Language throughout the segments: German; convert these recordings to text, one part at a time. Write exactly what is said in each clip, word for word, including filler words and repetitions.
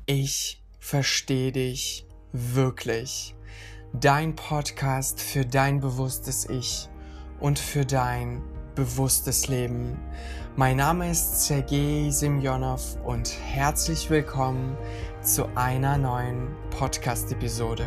Ich verstehe dich wirklich. Dein Podcast für dein bewusstes Ich und für dein bewusstes Leben. Mein Name ist Sergej Semjonow und herzlich willkommen zu einer neuen Podcast-Episode.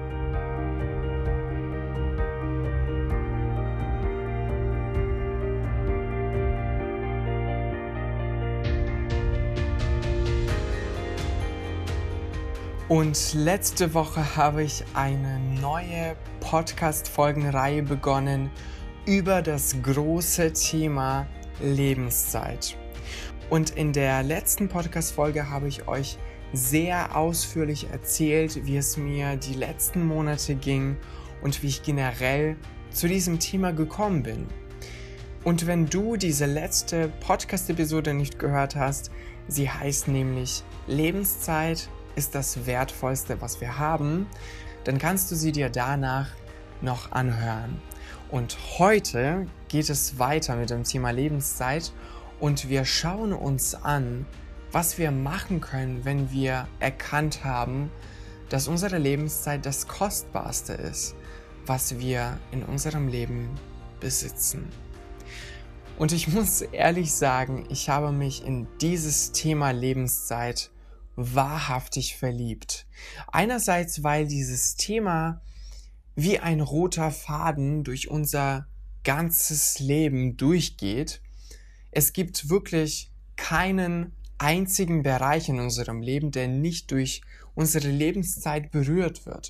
Und letzte Woche habe ich eine neue Podcast-Folgenreihe begonnen über das große Thema Lebenszeit. Und in der letzten Podcast-Folge habe ich euch sehr ausführlich erzählt, wie es mir die letzten Monate ging und wie ich generell zu diesem Thema gekommen bin. Und wenn du diese letzte Podcast-Episode nicht gehört hast, sie heißt nämlich Lebenszeit ist das Wertvollste, was wir haben, dann kannst du sie dir danach noch anhören. Und heute geht es weiter mit dem Thema Lebenszeit und wir schauen uns an, was wir machen können, wenn wir erkannt haben, dass unsere Lebenszeit das Kostbarste ist, was wir in unserem Leben besitzen. Und ich muss ehrlich sagen, ich habe mich in dieses Thema Lebenszeit wahrhaftig verliebt. Einerseits, weil dieses Thema wie ein roter Faden durch unser ganzes Leben durchgeht. Es gibt wirklich keinen einzigen Bereich in unserem Leben, der nicht durch unsere Lebenszeit berührt wird.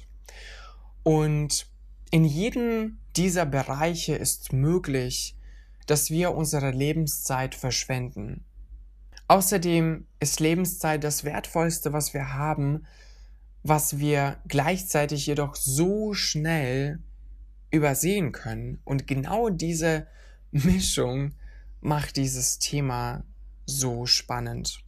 Und in jedem dieser Bereiche ist möglich, dass wir unsere Lebenszeit verschwenden. Außerdem ist Lebenszeit das Wertvollste, was wir haben, was wir gleichzeitig jedoch so schnell übersehen können. Und genau diese Mischung macht dieses Thema so spannend.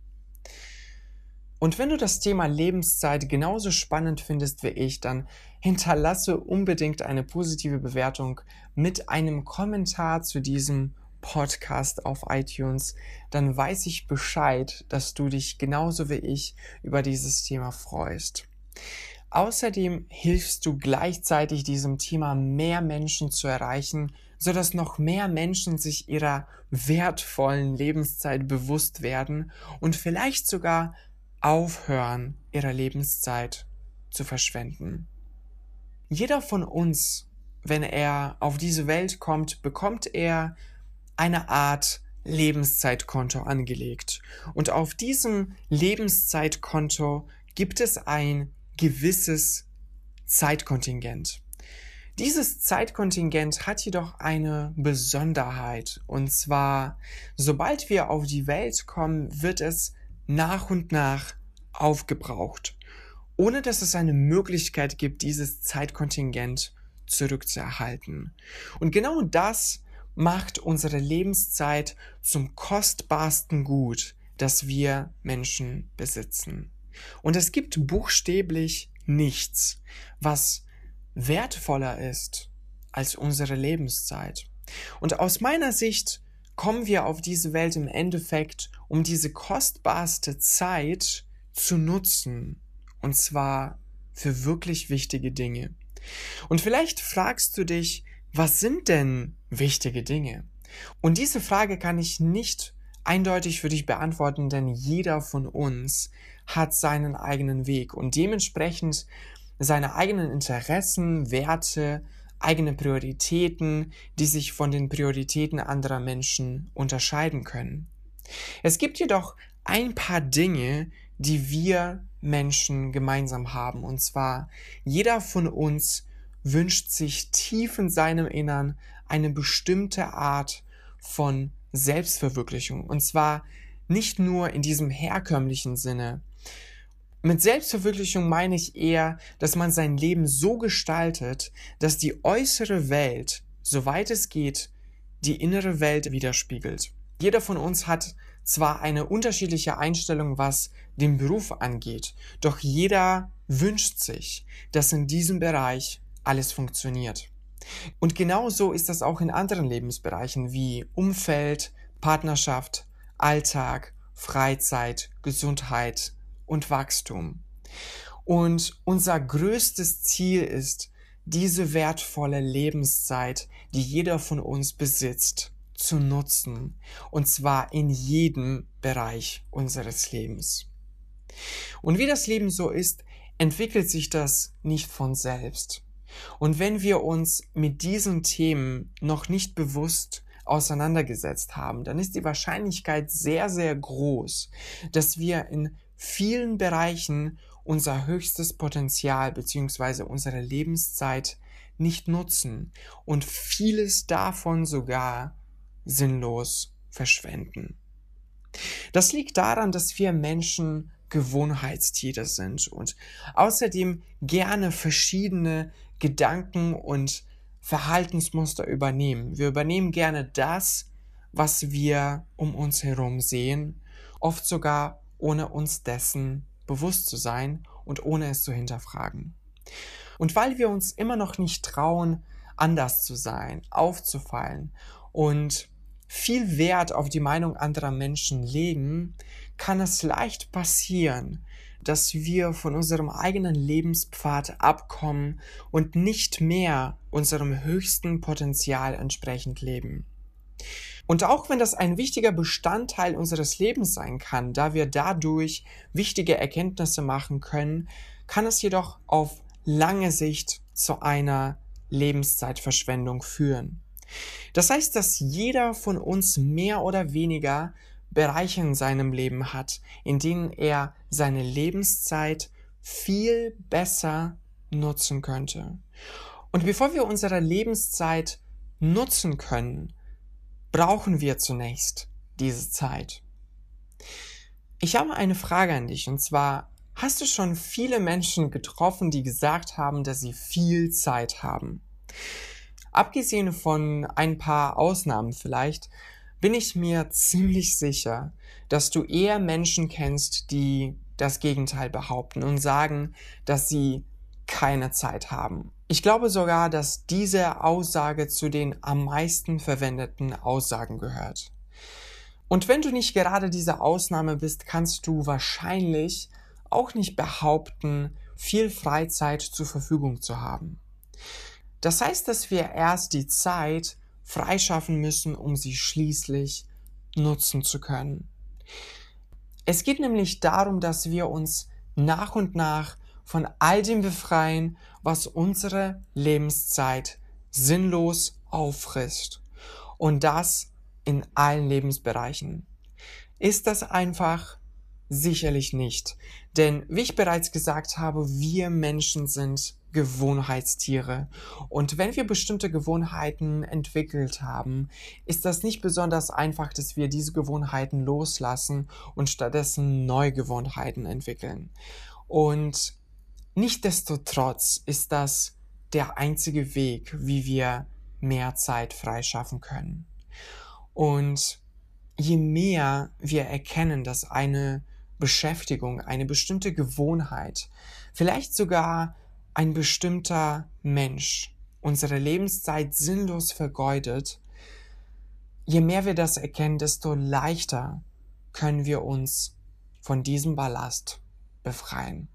Und wenn du das Thema Lebenszeit genauso spannend findest wie ich, dann hinterlasse unbedingt eine positive Bewertung mit einem Kommentar zu diesem Podcast auf iTunes, dann weiß ich Bescheid, dass du dich genauso wie ich über dieses Thema freust. Außerdem hilfst du gleichzeitig diesem Thema mehr Menschen zu erreichen, sodass noch mehr Menschen sich ihrer wertvollen Lebenszeit bewusst werden und vielleicht sogar aufhören, ihre Lebenszeit zu verschwenden. Jeder von uns, wenn er auf diese Welt kommt, bekommt er eine Art Lebenszeitkonto angelegt. Und auf diesem Lebenszeitkonto gibt es ein gewisses Zeitkontingent. Dieses Zeitkontingent hat jedoch eine Besonderheit. Und zwar, sobald wir auf die Welt kommen, wird es nach und nach aufgebraucht, ohne dass es eine Möglichkeit gibt, dieses Zeitkontingent zurückzuerhalten. Und genau das macht unsere Lebenszeit zum kostbarsten Gut, das wir Menschen besitzen. Und es gibt buchstäblich nichts, was wertvoller ist als unsere Lebenszeit. Und aus meiner Sicht kommen wir auf diese Welt im Endeffekt, um diese kostbarste Zeit zu nutzen. Und zwar für wirklich wichtige Dinge. Und vielleicht fragst du dich, was sind denn wichtige Dinge? Und diese Frage kann ich nicht eindeutig für dich beantworten, denn jeder von uns hat seinen eigenen Weg und dementsprechend seine eigenen Interessen, Werte, eigene Prioritäten, die sich von den Prioritäten anderer Menschen unterscheiden können. Es gibt jedoch ein paar Dinge, die wir Menschen gemeinsam haben, und zwar jeder von uns wünscht sich tief in seinem Innern eine bestimmte Art von Selbstverwirklichung. Und zwar nicht nur in diesem herkömmlichen Sinne. Mit Selbstverwirklichung meine ich eher, dass man sein Leben so gestaltet, dass die äußere Welt, soweit es geht, die innere Welt widerspiegelt. Jeder von uns hat zwar eine unterschiedliche Einstellung, was den Beruf angeht, doch jeder wünscht sich, dass in diesem Bereich alles funktioniert. Und genauso ist das auch in anderen Lebensbereichen wie Umfeld, Partnerschaft, Alltag, Freizeit, Gesundheit und Wachstum. Und unser größtes Ziel ist, diese wertvolle Lebenszeit, die jeder von uns besitzt, zu nutzen. Und zwar in jedem Bereich unseres Lebens. Und wie das Leben so ist, entwickelt sich das nicht von selbst. Und wenn wir uns mit diesen Themen noch nicht bewusst auseinandergesetzt haben, dann ist die Wahrscheinlichkeit sehr, sehr groß, dass wir in vielen Bereichen unser höchstes Potenzial bzw. unsere Lebenszeit nicht nutzen und vieles davon sogar sinnlos verschwenden. Das liegt daran, dass wir Menschen Gewohnheitstiere sind und außerdem gerne verschiedene Gedanken und Verhaltensmuster übernehmen. Wir übernehmen gerne das, was wir um uns herum sehen, oft sogar ohne uns dessen bewusst zu sein und ohne es zu hinterfragen. Und weil wir uns immer noch nicht trauen, anders zu sein, aufzufallen und viel Wert auf die Meinung anderer Menschen legen, kann es leicht passieren, dass wir von unserem eigenen Lebenspfad abkommen und nicht mehr unserem höchsten Potenzial entsprechend leben. Und auch wenn das ein wichtiger Bestandteil unseres Lebens sein kann, da wir dadurch wichtige Erkenntnisse machen können, kann es jedoch auf lange Sicht zu einer Lebenszeitverschwendung führen. Das heißt, dass jeder von uns mehr oder weniger Bereiche in seinem Leben hat, in denen er seine Lebenszeit viel besser nutzen könnte. Und bevor wir unsere Lebenszeit nutzen können, brauchen wir zunächst diese Zeit. Ich habe eine Frage an dich, und zwar, hast du schon viele Menschen getroffen, die gesagt haben, dass sie viel Zeit haben? Abgesehen von ein paar Ausnahmen vielleicht, bin ich mir ziemlich sicher, dass du eher Menschen kennst, die das Gegenteil behaupten und sagen, dass sie keine Zeit haben. Ich glaube sogar, dass diese Aussage zu den am meisten verwendeten Aussagen gehört. Und wenn du nicht gerade diese Ausnahme bist, kannst du wahrscheinlich auch nicht behaupten, viel Freizeit zur Verfügung zu haben. Das heißt, dass wir erst die Zeit freischaffen müssen, um sie schließlich nutzen zu können. Es geht nämlich darum, dass wir uns nach und nach von all dem befreien, was unsere Lebenszeit sinnlos auffrisst. Und das in allen Lebensbereichen. Ist das einfach? Sicherlich nicht. Denn wie ich bereits gesagt habe, wir Menschen sind Gewohnheitstiere. Und wenn wir bestimmte Gewohnheiten entwickelt haben, ist das nicht besonders einfach, dass wir diese Gewohnheiten loslassen und stattdessen neue Gewohnheiten entwickeln. Und nichtsdestotrotz ist das der einzige Weg, wie wir mehr Zeit freischaffen können. Und je mehr wir erkennen, dass eine Beschäftigung, eine bestimmte Gewohnheit, vielleicht sogar ein bestimmter Mensch unsere Lebenszeit sinnlos vergeudet, je mehr wir das erkennen, desto leichter können wir uns von diesem Ballast befreien.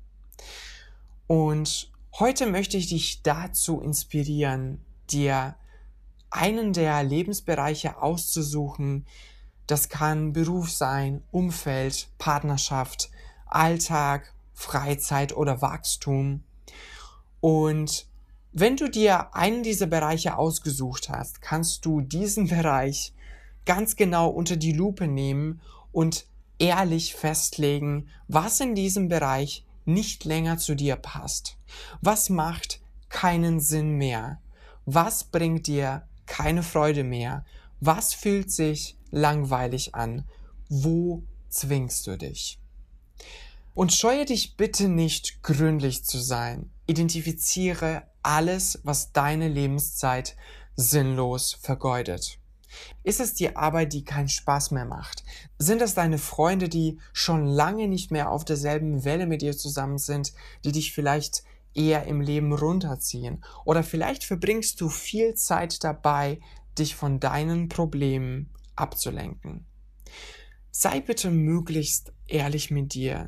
Und heute möchte ich dich dazu inspirieren, dir einen der Lebensbereiche auszusuchen. Das kann Beruf sein, Umfeld, Partnerschaft, Alltag, Freizeit oder Wachstum. Und wenn du dir einen dieser Bereiche ausgesucht hast, kannst du diesen Bereich ganz genau unter die Lupe nehmen und ehrlich festlegen, was in diesem Bereich nicht länger zu dir passt. Was macht keinen Sinn mehr? Was bringt dir keine Freude mehr? Was fühlt sich langweilig an? Wo zwingst du dich? Und scheue dich bitte nicht, gründlich zu sein. Identifiziere alles, was deine Lebenszeit sinnlos vergeudet. Ist es die Arbeit, die keinen Spaß mehr macht? Sind es deine Freunde, die schon lange nicht mehr auf derselben Welle mit dir zusammen sind, die dich vielleicht eher im Leben runterziehen? Oder vielleicht verbringst du viel Zeit dabei, dich von deinen Problemen abzulenken. Sei bitte möglichst ehrlich mit dir.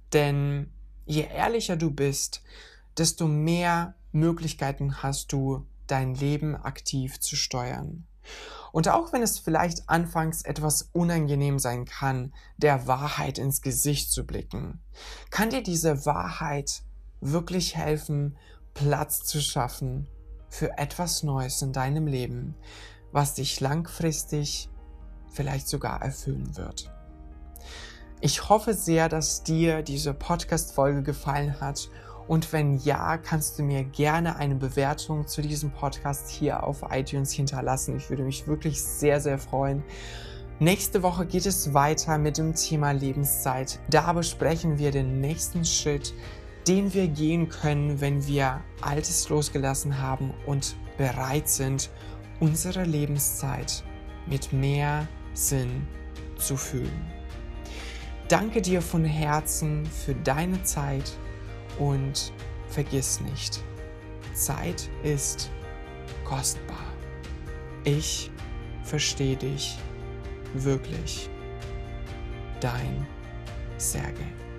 Denn je ehrlicher du bist, desto mehr Möglichkeiten hast du, dein Leben aktiv zu steuern. Und auch wenn es vielleicht anfangs etwas unangenehm sein kann, der Wahrheit ins Gesicht zu blicken, kann dir diese Wahrheit wirklich helfen, Platz zu schaffen für etwas Neues in deinem Leben, was dich langfristig vielleicht sogar erfüllen wird. Ich hoffe sehr, dass dir diese Podcast-Folge gefallen hat. Und wenn ja, kannst du mir gerne eine Bewertung zu diesem Podcast hier auf iTunes hinterlassen. Ich würde mich wirklich sehr, sehr freuen. Nächste Woche geht es weiter mit dem Thema Lebenszeit. Da besprechen wir den nächsten Schritt, den wir gehen können, wenn wir Altes losgelassen haben und bereit sind, unsere Lebenszeit mit mehr Sinn zu füllen. Danke dir von Herzen für deine Zeit und vergiss nicht, Zeit ist kostbar. Ich verstehe dich wirklich. Dein Sergej.